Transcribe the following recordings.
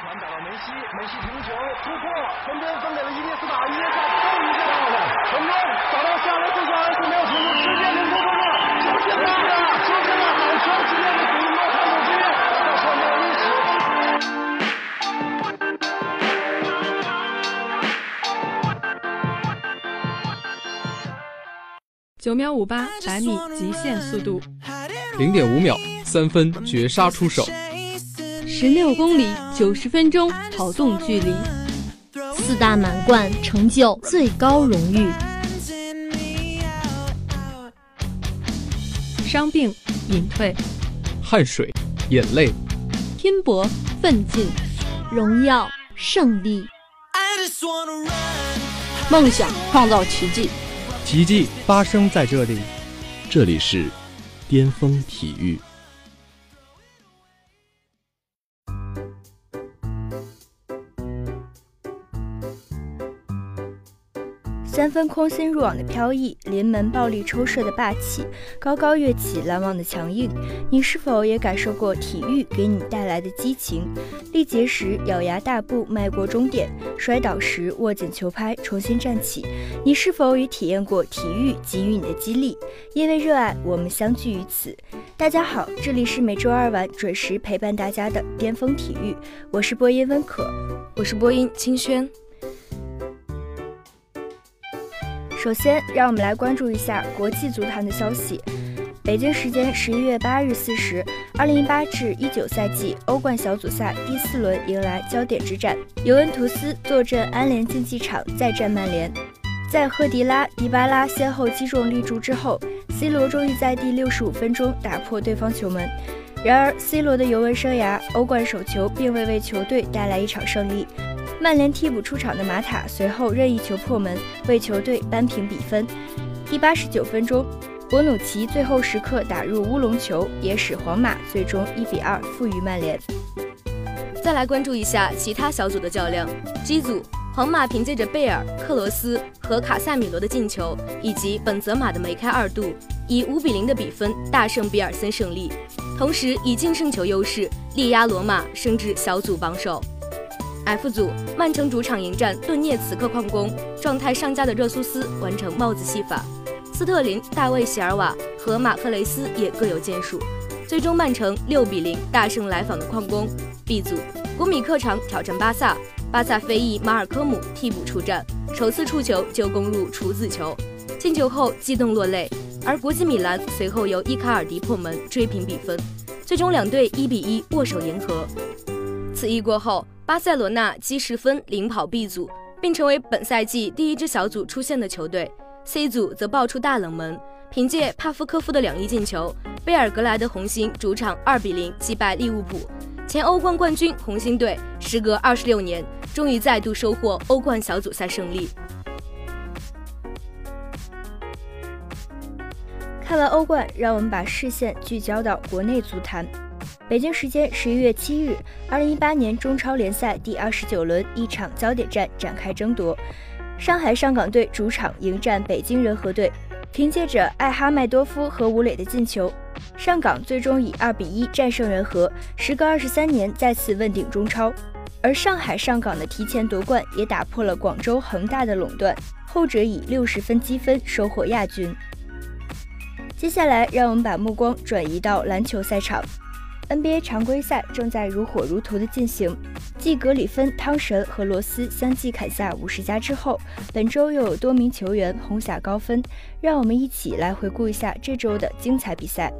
传打到梅西，梅西停球突破，分边分给了伊涅斯塔，伊涅斯塔终于接到了，成功找到夏勒斯，夏勒斯没有停住，直接领球中了，球进了，球进了，好球！今天的比诺坎普基要创造历史。 9秒58，100米极限速度 ；0.5秒，3分绝杀出手 ；16公里，90分钟跑动距离 ；4大满贯，成就最高荣誉。 伤病、隐退、 汗水、眼泪、 拼搏、奋进、 荣耀、胜利。 梦想创造奇迹， 奇迹发生在这里。 这里是巅峰体育。 3分空心入网的飘逸，临门暴力抽射的霸气，高高跃起拦网的强硬。你是否也感受过体育给你带来的激情？力竭时咬牙大步迈过终点，摔倒时握紧球拍重新站起。你是否也体验过体育给予你的激励？因为热爱，我们相聚于此。大家好，这里是每周2晚准时陪伴大家的巅峰体育，我是播音温可， 我是播音清轩。 首先，让我们来关注一下国际足坛的消息。北京时间11月8日4时，2018至19赛季欧冠小组赛第4轮迎来焦点之战，尤文图斯坐镇安联竞技场再战曼联。在赫迪拉、迪巴拉先后击中立柱之后 ，C 罗终于在第65分钟打破对方球门。然而 ，C 罗的尤文生涯欧冠首球并未为球队带来一场胜利。曼联替补出场的马塔随后任意球破门，为球队扳平比分。第89分钟，博努奇最后时刻打入乌龙球，也使皇马最终1-2负于曼联。 再来关注一下其他小组的较量。G 组，皇马凭借着贝尔、克罗斯和卡萨米罗的进球，以及本泽马的梅开2度，以5-0的比分大胜比尔森胜利，同时以净胜球优势力压罗马升至小组榜首。F 组，曼城主场迎战顿涅茨克矿工，状态上佳的热苏斯完成帽子戏法，斯特林、大卫席尔瓦和马克雷斯也各有建树，最终曼城6-0大胜来访的矿工。B 组，国米客场挑战巴萨，巴萨非裔马尔科姆替补出战，首次触球就攻入处子球，进球后激动落泪，而国际米兰随后由伊卡尔迪破门追平比分，最终两队1-1握手言和。此役过后，巴塞罗那积10分领跑 B 组，并成为本赛季第一支小组出线的球队。C 组则爆出大冷门，凭借帕夫科夫的2粒进球，贝尔格莱的红星主场2-0击败利物浦。前欧冠冠军红星队时隔26年，终于再度收获欧冠小组赛胜利。 看完欧冠，让我们把视线聚焦到国内足坛。北京时间11月7日，2018年中超联赛第29轮一场焦点战展开争夺。上海上港队主场迎战北京人和队，凭借着艾哈迈多夫和吴磊的进球，上港最终以2-1战胜人和，时隔23年再次问鼎中超。而上海上港的提前夺冠也打破了广州恒大的垄断，后者以60分积分收获亚军。接下来，让我们把目光转移到篮球赛场。NBA 常规赛正在如火如荼的进行，继格里芬、汤神和罗斯相继砍下50加之后，本周又有多名球员轰下高分，让我们一起来回顾一下这周的精彩比赛。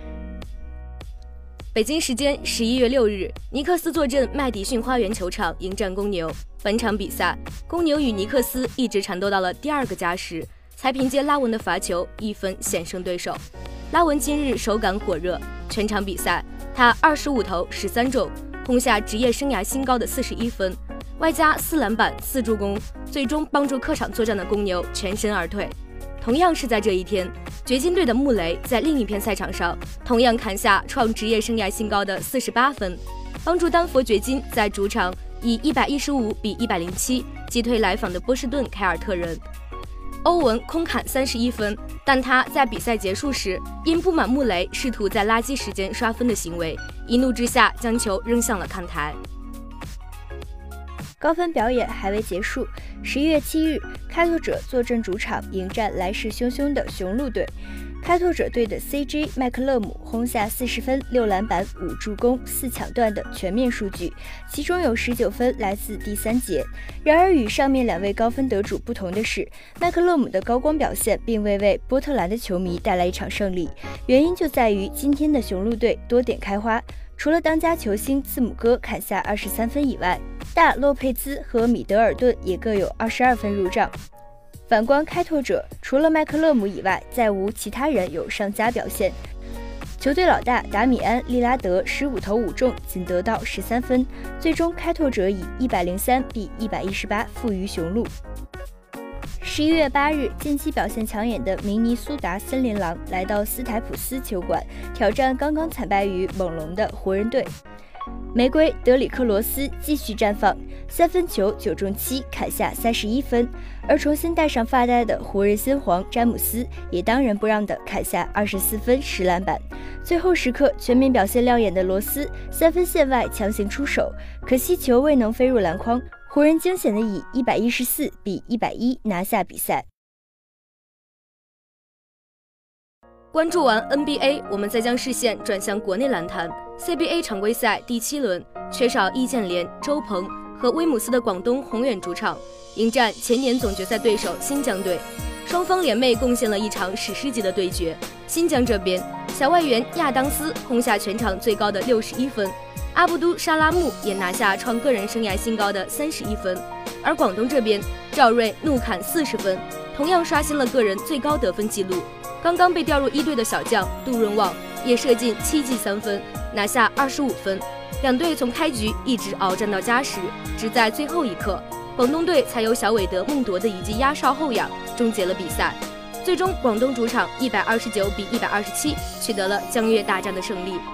北京时间11月6日，尼克斯坐镇麦迪逊花园球场迎战公牛。本场比赛，公牛与尼克斯一直缠斗到了第2个加时，才凭借拉文的罚球1分险胜对手。拉文今日手感火热，全场比赛他25投13中，攻下职业生涯新高的41分，外加4篮板4助攻，最终帮助客场作战的公牛全身而退。同样是在这一天，掘金队的穆雷在另一片赛场上同样砍下创职业生涯新高的48分，帮助丹佛掘金在主场以115-107击退来访的波士顿凯尔特人。欧文空砍31分，但他在比赛结束时因不满穆雷试图在垃圾时间刷分的行为，一怒之下将球扔向了看台。 高分表演还未结束。11月7日，开拓者坐镇主场迎战来势汹汹的雄鹿队。开拓者队的 CJ 麦克勒姆轰下40分、6篮板、5助攻、4抢断的全面数据，其中有19分来自第3节。然而与上面2位高分得主不同的是，麦克勒姆的高光表现并未为波特兰的球迷带来一场胜利，原因就在于今天的雄鹿队多点开花，除了当家球星字母哥砍下23分以外，大洛佩兹和米德尔顿也各有22分入账。反观开拓者，除了麦克勒姆以外，再无其他人有上佳表现。球队老大达米安·利拉德15投5中，仅得到13分。最终，开拓者以103比118负于雄鹿。11月8日，近期表现抢眼的明尼苏达森林狼来到斯台普斯球馆挑战刚刚惨败于猛龙的湖人队。玫瑰德里克罗斯继续绽放，3分球9中7，砍下31分。而重新戴上发带的湖人新皇詹姆斯也当仁不让地砍下24分10篮板。最后时刻，全面表现亮眼的罗斯3分线外强行出手，可惜球未能飞入篮筐。湖人惊险地以114比110拿下比赛。 关注完 NBA， 我们再将视线转向国内篮坛。CBA 常规赛第7轮，缺少易建联、周鹏和威姆斯的广东宏远主场迎战前年总决赛对手新疆队，双方联袂贡献了一场史诗级的对决。新疆这边，小外援亚当斯轰下全场最高的61分，阿布都沙拉木也拿下创个人生涯新高的31分，而广东这边，赵睿怒砍40分，同样刷新了个人最高得分纪录。刚刚被调入1队的小将杜润旺也射进7记3分，拿下25分。两队从开局一直鏖战到加时，只在最后一刻，广东队才由小韦德孟铎的一记压哨后仰终结了比赛。最终，广东主场129比127取得了江越大战的胜利。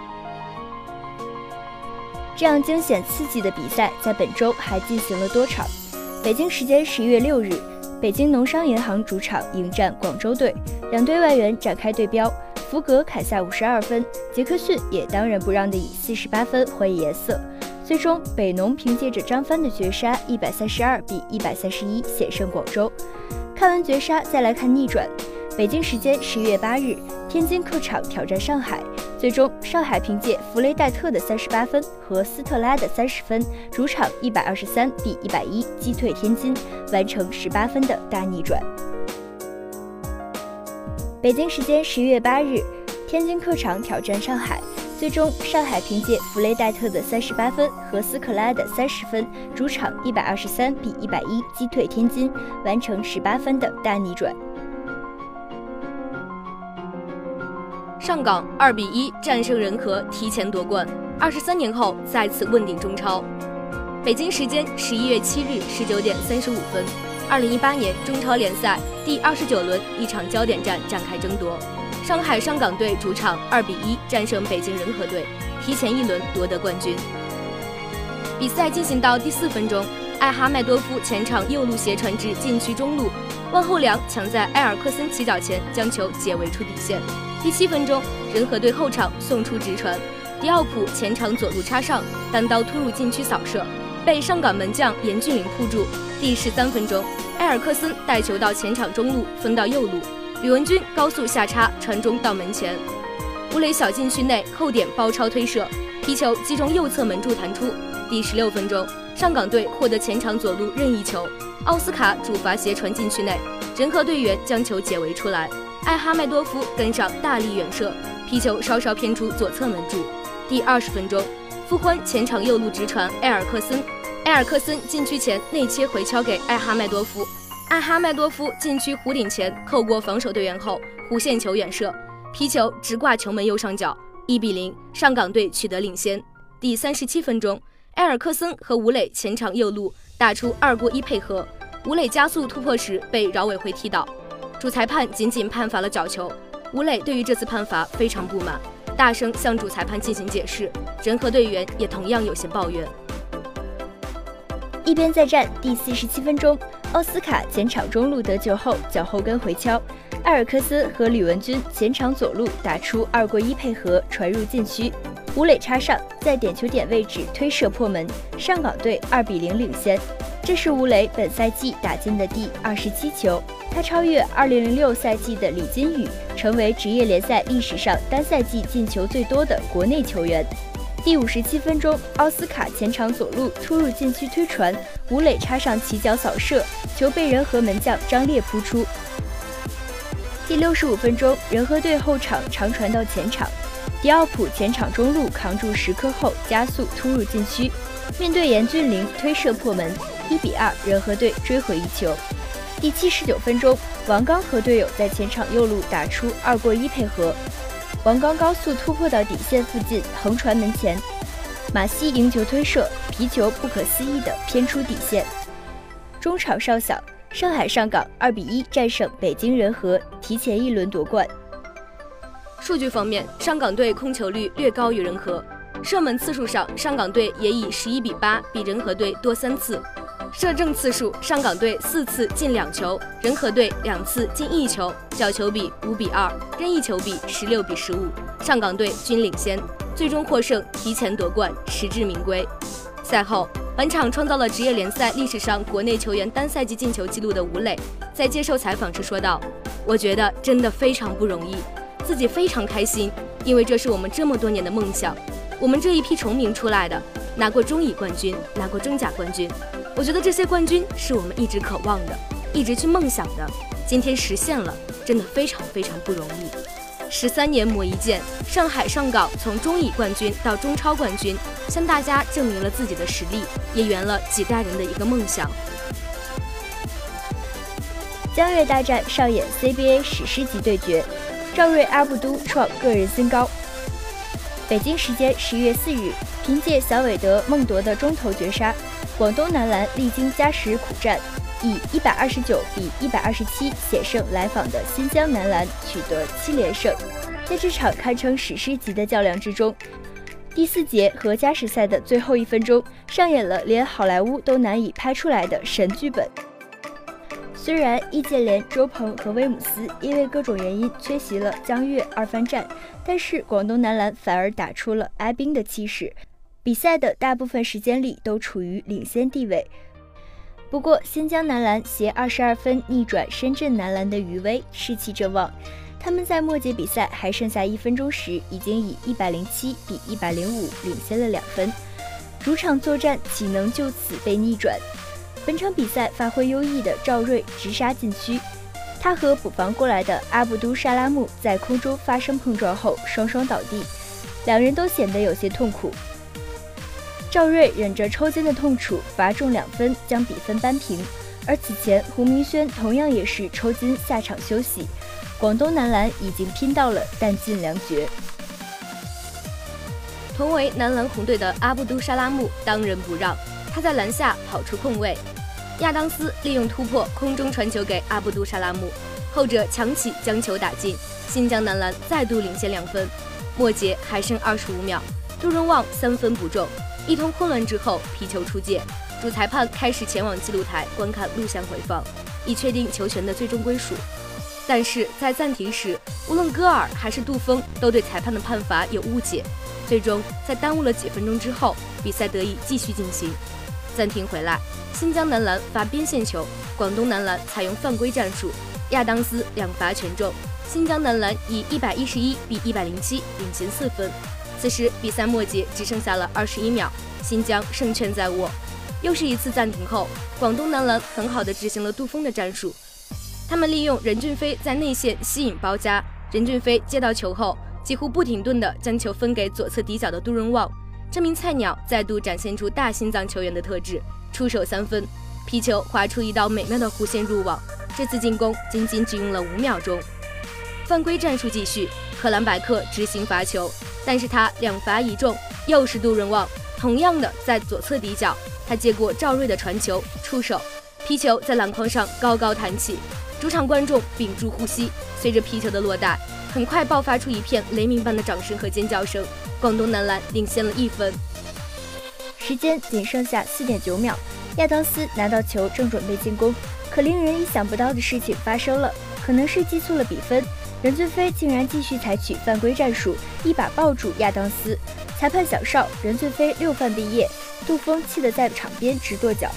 这样惊险刺激的比赛在本周还进行了多场。北京时间11月6日，北京农商银行主场迎战广州队，两队外援展开对标，福格砍下52分，杰克逊也当仁不让地以48分还以颜色。最终，北农凭借着张帆的绝杀132比131险胜广州。看完绝杀，再来看逆转。北京时间11月8日，天津客场挑战上海，最终上海凭借弗雷戴特的38分和斯特拉的30分，主场123比110击退天津，完成18分的大逆转。北京时间11月8日，天津客场挑战上海，最终上海凭借弗雷戴特的38分和斯克拉的30分，主场123比110击退天津，完成18分的大逆转。 上港2比1战胜人和，提前夺冠，23年后再次问鼎中超。北京时间11月7日19点35分，2018年中超联赛第29轮一场焦点战展开争夺。上海上港队主场2比1战胜北京人和队，提前一轮夺得冠军。比赛进行到第4分钟，艾哈迈多夫前场右路斜传至禁区中路，万后良抢在埃尔克森起脚前将球解围出底线。第7分钟，人和队后场送出直传，迪奥普前场左路插上，单刀突入禁区扫射，被上港门将严俊凌扑住。第13分钟，埃尔克森带球到前场中路分到右路，吕文君高速下插传中到门前，吴磊小禁区内扣点包抄推射，皮球击中右侧门柱弹出。第16分钟，上港队获得前场左路任意球，奥斯卡主罚斜传禁区内，人和队员将球解围出来，艾哈迈多夫跟上大力远射，皮球稍稍偏出左侧门柱。第20分钟，傅欢前场右路直传埃尔克森，埃尔克森禁区前内切回敲给艾哈迈多夫，艾哈迈多夫禁区弧顶前扣过防守队员后弧线球远射，皮球直挂球门右上角，1比0，上港队取得领先。第37分钟，埃尔克森和吴磊前场右路打出2过1配合，吴磊加速突破时被饶伟辉踢倒，主裁判仅仅判罚了角球。吴磊对于这次判罚非常不满，大声向主裁判进行解释，人和队员也同样有些抱怨。 一边再战，第47分钟，奥斯卡前场中路得球后脚后跟回敲，埃尔克森和吕文君前场左路打出2过1配合传入禁区， 吴磊插上，在点球点位置推射破门，上港队2比0领先。这是吴磊本赛季打进的第27球，他超越2006赛季的李金羽，成为职业联赛历史上单赛季进球最多的国内球员。第57分钟，奥斯卡前场左路突入禁区推传，吴磊插上起脚扫射，球被仁和门将张烈扑出。第65分钟，仁和队后场长传到前场，迪奥普前场中路扛住时刻后加速突入禁区，面对严俊凌推射破门，1比2，仁和队追回1球。第79分钟，王刚和队友在前场右路打出2过1配合，王刚高速突破到底线附近，横传门前，马西迎球推射，皮球不可思议地偏出底线。中场稍小，上海上港2比1战胜北京人和，提前1轮夺冠。 数据方面，上港队控球率略高于仁和，射门次数上，上港队也以11比8比仁和队多3次。射正次数，上港队4次进2球，仁和队2次进1球，角球比5比2，任意球比16比15，上港队均领先，最终获胜，提前夺冠，实至名归。赛后，本场创造了职业联赛历史上国内球员单赛季进球纪录的吴磊，在接受采访时说道：“我觉得真的非常不容易，自己非常开心，因为这是我们这么多年的梦想，我们这一批重名出来的，拿过中乙冠军，拿过中甲冠军。我觉得这些冠军是我们一直渴望的，一直去梦想的，今天实现了，真的非常非常不容易。13年磨一剑，上海上港从中乙冠军到中超冠军，向大家证明了自己的实力，也圆了几代人的一个梦想。 江粤大战上演 CBA 史诗级对决，赵睿阿布都创个人新高。北京时间10月4日，凭借小韦德梦夺的中投绝杀，广东男篮历经加时苦战，以129比127险胜来访的新疆男篮，取得7连胜。在这场堪称史诗级的较量之中，第4节和加时赛的最后1分钟，上演了连好莱坞都难以拍出来的神剧本。虽然易建联、周鹏和威姆斯因为各种原因缺席了江粤2番战，但是广东男篮反而打出了哀兵的气势，比赛的大部分时间里都处于领先地位。不过新疆男篮携22分逆转深圳男篮的余威，士气正旺。他们在末节比赛还剩下1分钟时，已经以107比105领先了2分。主场作战岂能就此被逆转？本场比赛发挥优异的赵睿直杀禁区，他和补防过来的阿布都沙拉木在空中发生碰撞后双双倒地，两人都显得有些痛苦。赵睿忍着抽筋的痛楚，罚中2分将比分扳平。而此前胡明轩同样也是抽筋下场休息，广东男篮已经拼到了弹尽粮绝。 同为男篮红队的阿布都沙拉木当仁不让，他在篮下跑出空位，亚当斯利用突破空中传球给阿布都沙拉木，后者抢起将球打进，新疆男篮再度领先2分。末节还剩25秒，杜润旺3分不中，一通混乱之后皮球出界，主裁判开始前往记录台观看录像回放，以确定球权的最终归属。但是在暂停时，无论戈尔还是杜锋都对裁判的判罚有误解，最终在耽误了几分钟之后，比赛得以继续进行。暂停回来，新疆男篮罚边线球，广东男篮采用犯规战术，亚当斯2罚全中，新疆男篮以111比107领先4分。此时比赛末节只剩下了21秒，新疆胜券在握。又是一次暂停后，广东男篮很好地执行了杜锋的战术，他们利用任骏飞在内线吸引包夹，任骏飞接到球后几乎不停顿地将球分给左侧底角的杜润旺，这名菜鸟再度展现出大心脏球员的特质，出手3分，皮球划出一道美妙的弧线入网，这次进攻仅只用了5秒钟。犯规战术继续，克兰白克执行罚球，但是他2罚1中，又是杜润旺，同样的在左侧底角，他接过赵睿的传球出手，皮球在篮筐上高高弹起，主场观众屏住呼吸，随着皮球的落袋，很快爆发出一片雷鸣般的掌声和尖叫声，广东男篮领先了1分。 时间仅剩下4.9秒，亚当斯拿到球正准备进攻，可令人意想不到的事情发生了，可能是激促了比分，任骏飞竟然继续采取犯规战术，一把抱住亚当斯， 裁判小邵任俊飞6犯毕业，杜锋气得在场边直跺脚。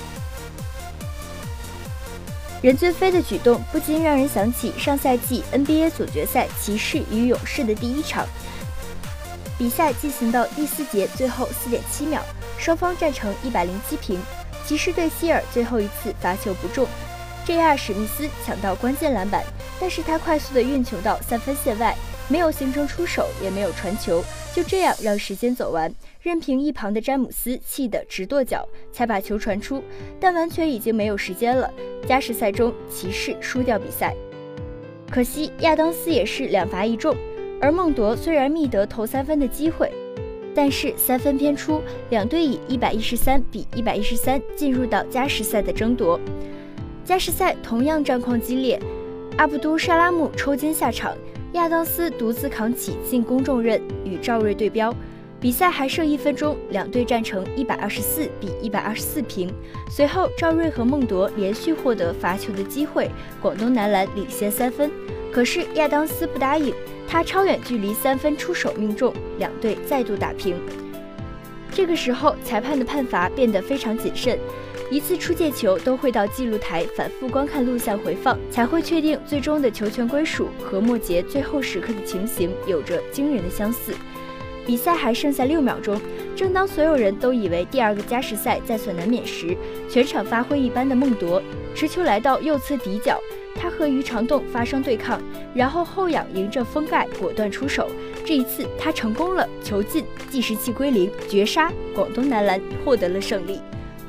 任俊飞的举动不禁让人想起上赛季 NBA 总决赛骑士与勇士的第一场。比赛进行到第4节最后 4.7 秒，双方战成107平。骑士队希尔最后一次罚球不中，JR 史密斯抢到关键篮板，但是他快速的运球到3分线外，没有形成出手，也没有传球，就这样让时间走完，任凭一旁的詹姆斯气得直跺脚，才把球传出，但完全已经没有时间了。加时赛中，骑士输掉比赛。可惜亚当斯也是2罚1中，而孟铎虽然觅得投3分的机会，但是3分偏出，两队以113比113进入到加时赛的争夺。加时赛同样战况激烈，阿卜杜沙拉木抽筋下场，亚当斯独自扛起进攻重任，与赵睿对标。比赛还剩1分钟，两队战成124比124平。随后赵睿和孟铎连续获得罚球的机会，广东男篮领先3分。可是亚当斯不答应，他超远距离3分出手命中，两队再度打平。这个时候裁判的判罚变得非常谨慎，一次出界球都会到记录台反复观看录像回放，才会确定最终的球权归属，和末节最后时刻的情形有着惊人的相似。比赛还剩下6秒钟，正当所有人都以为第2个加时赛在所难免时，全场发挥一般的孟铎持球来到右侧底角，他和于长栋发生对抗，然后后仰迎着封盖果断出手，这一次他成功了，球进，计时器归零，绝杀，广东男篮获得了胜利。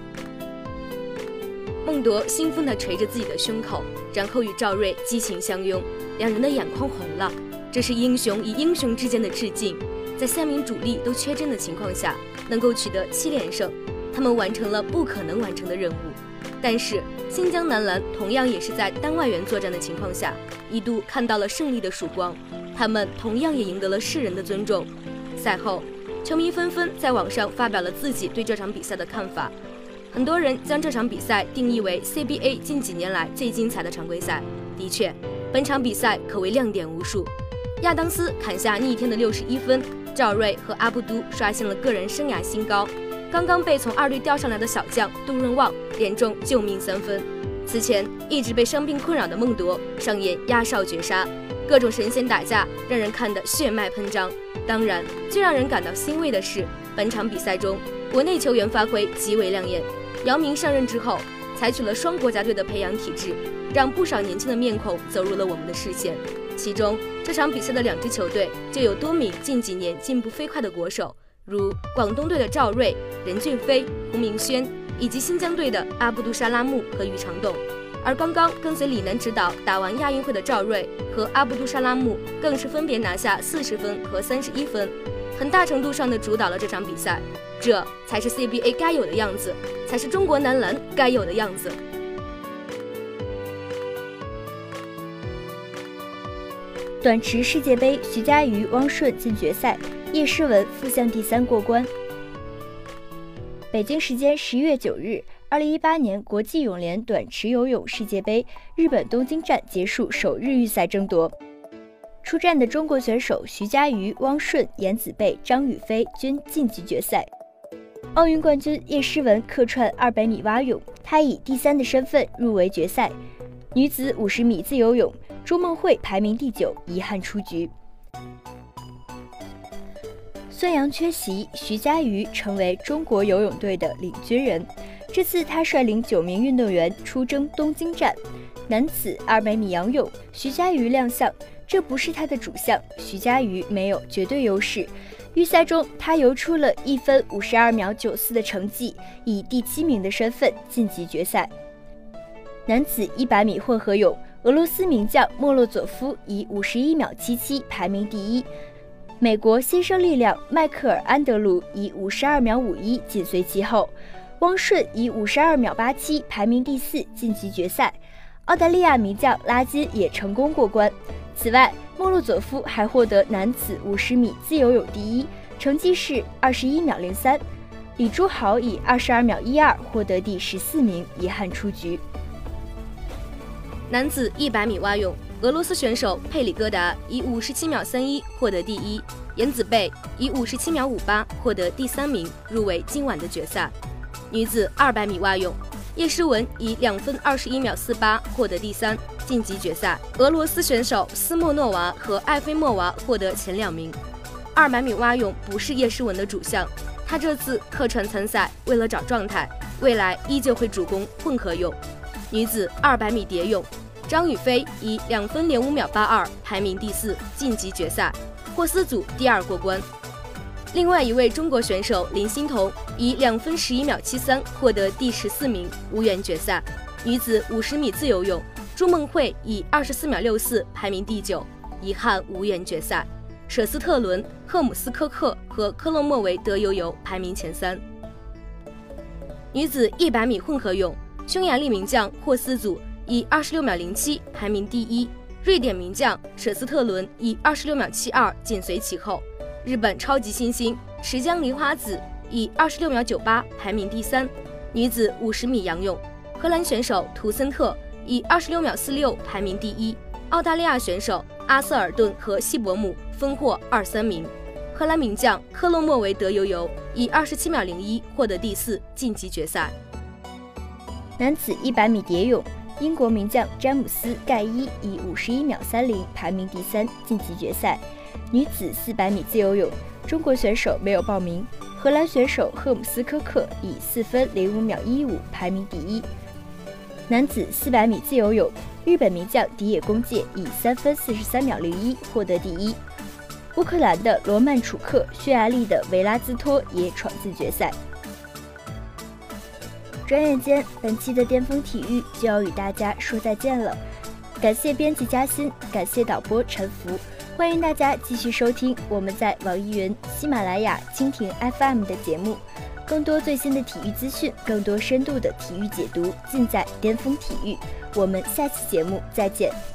孟铎兴奋地捶着自己的胸口，然后与赵睿激情相拥，两人的眼眶红了。这是英雄与英雄之间的致敬。在3名主力都缺阵的情况下，能够取得7连胜，他们完成了不可能完成的任务。但是新疆男篮同样也是在单外援作战的情况下，一度看到了胜利的曙光，他们同样也赢得了世人的尊重。赛后，球迷纷纷在网上发表了自己对这场比赛的看法。很多人将这场比赛定义为 CBA 近几年来最精彩的常规赛。的确，本场比赛可谓亮点无数。亚当斯砍下逆天的61分，赵睿和阿布都刷新了个人生涯新高。刚刚被从2队调上来的小将杜润旺连中救命3分。此前一直被伤病困扰的孟铎上演压哨绝杀，各种神仙打架让人看得血脉喷张。当然，最让人感到欣慰的是，本场比赛中国内球员发挥极为亮眼。姚明上任之后，采取了双国家队的培养体制，让不少年轻的面孔走入了我们的视线。其中，这场比赛的2支球队就有多名近几年进步飞快的国手，如广东队的赵睿、任俊飞、胡明轩，以及新疆队的阿卜杜沙拉木和于长栋。而刚刚跟随李楠指导打完亚运会的赵睿和阿卜杜沙拉木，更是分别拿下40分和31分，很大程度上的主导了这场比赛。这才是 CBA 该有的样子，才是中国男篮该有的样子。 短池世界杯，徐嘉余、汪顺进决赛，叶诗文复向第3过关。北京时间11月9日，2018年国际泳联短池游泳世界杯日本东京站结束首日预赛争夺。出战的中国选手徐嘉余、汪顺、颜子贝、张雨霏均晋级决赛。奥运冠军叶诗文客串200米蛙泳，她以第3的身份入围决赛。女子50米自由泳，朱梦慧排名第9，遗憾出局。孙杨缺席，徐嘉余成为中国游泳队的领军人。这次他率领9名运动员出征东京站。男子200米仰泳，徐嘉余亮相，这不是他的主项，徐嘉余没有绝对优势。预赛中，他游出了1分52秒94的成绩，以第7名的身份晋级决赛。男子100米混合泳，俄罗斯名将莫洛佐夫以51秒77排名第1，美国新生力量迈克尔·安德鲁以52秒51紧随其后，汪顺以52秒87排名第4晋级决赛。澳大利亚名将拉金也成功过关。此外，莫洛佐夫还获得男子50米自由泳第1，成绩是21秒03。李朱豪以22秒12获得第14名，遗憾出局。 男子100米蛙泳，俄罗斯选手佩里戈达以57秒31获得第1， 颜子贝以57秒58获得第3名，入围今晚的决赛。女子200米蛙泳，叶诗文以2分21秒48获得第3，晋级决赛。俄罗斯选手斯莫诺娃和艾菲莫娃获得前2名。200米蛙泳不是叶诗文的主项，她这次客串参赛，为了找状态，未来依旧会主攻混合泳。女子200米蝶泳，张雨霏以2分05秒82排名第4，晋级决赛，霍斯组第2过关。另外一位中国选手林欣彤以2分11秒73获得第14名，无缘决赛。女子50米自由泳，朱梦慧以24秒64排名第9，遗憾无缘决赛。舍斯特伦、赫姆斯科克和科洛莫维德尤尤排名前3。女子100米混合泳，匈牙利名将霍斯组以26秒07排名第1，瑞典名将舍斯特伦以26秒72紧随其后。日本超级新星池江梨花子以26秒98排名第3。女子50米仰泳，荷兰选手图森特以26秒46排名第1，澳大利亚选手阿瑟尔顿和希伯姆分获2、3名。荷兰名将科洛莫维德尤尤以27秒01获得第4，晋级决赛。 男子100米蝶泳，英国名将詹姆斯·盖伊以51秒30排名第3，晋级决赛。女子400米自由泳，中国选手没有报名，荷兰选手赫姆斯科克以4分05秒15排名第1。男子400米自由泳，日本名将荻野公介以3分43秒01获得第1。乌克兰的罗曼楚克、匈牙利的维拉兹托也闯进决赛。转眼间，本期的巅峰体育就要与大家说再见了。感谢编辑嘉欣，感谢导播陈福，欢迎大家继续收听我们在网易云、喜马拉雅、蜻蜓 FM 的节目。更多最新的体育资讯，更多深度的体育解读，尽在巅峰体育。我们下期节目再见。